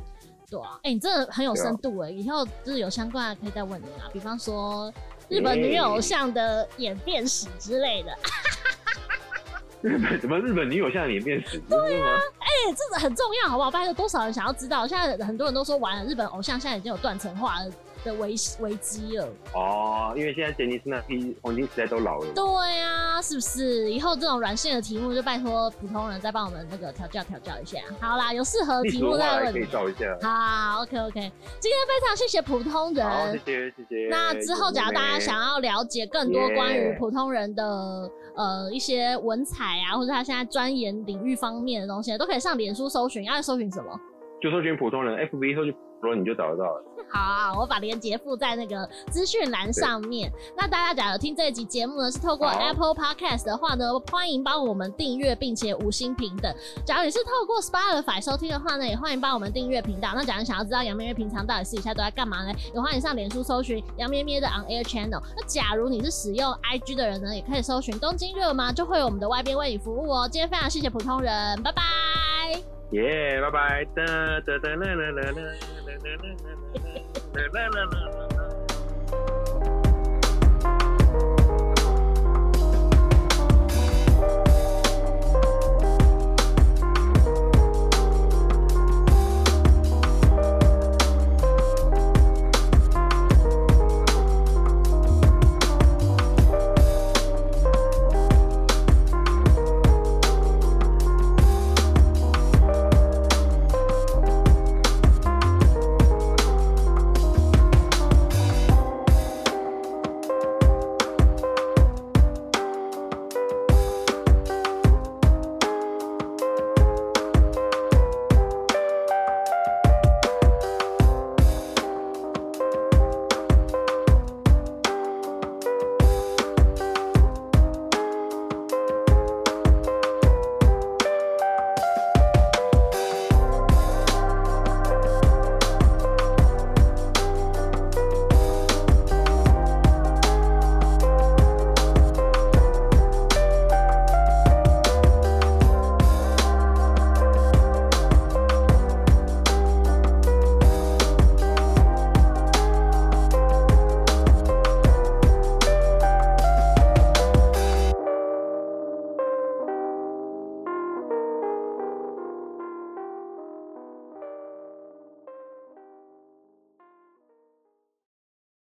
对啊，哎、欸，你真的很有深度哎、欸，以后就是有相关的可以再问你啊，比方说日本女偶像的演变史之类的。 日本什么日本女偶像的演变史？ 对啊，哎、欸，这个很重要，好不好？拜托，多少人想要知道？现在很多人都说，完了，日本偶像现在已经有断层化的危危机了。 哦，因为现在杰尼斯那批黄金时代都老了。 对啊，是不是？以后这种软性的题目，就拜托普通人再帮我们那个调教调教一下。好啦，有适合的题目再问。 可以照一下。 好 ，OK OK。今天非常谢谢普通人。 好，谢谢谢谢。 那之后，假如大家想要了解更多关于普通人的呃一些文采啊，或者他现在钻研领域方面的东西，都可以上脸书搜寻。要搜寻什么？ 就搜寻普通人 ，F B 搜寻普通人你就找得到了。 好，我把链接附在那个资讯栏上面。那大家假如听这一集节目呢，是透过 Apple Podcast 的话呢，欢迎帮我们订阅，并且五星评等。假如你是透过 Spotify 收听的话呢，也欢迎帮我们订阅频道。那假如想要知道杨咩咩平常到底私底下都在干嘛呢？也欢迎上脸书搜寻杨咩咩的 On Air Channel。那假如你是使用 I G 的人呢，也可以搜寻东京热吗，就会有我们的外边为你服务哦。今天非常谢谢普通人，拜拜。 耶，拜拜。哒哒哒啦啦啦啦啦啦啦啦啦啦啦啦啦。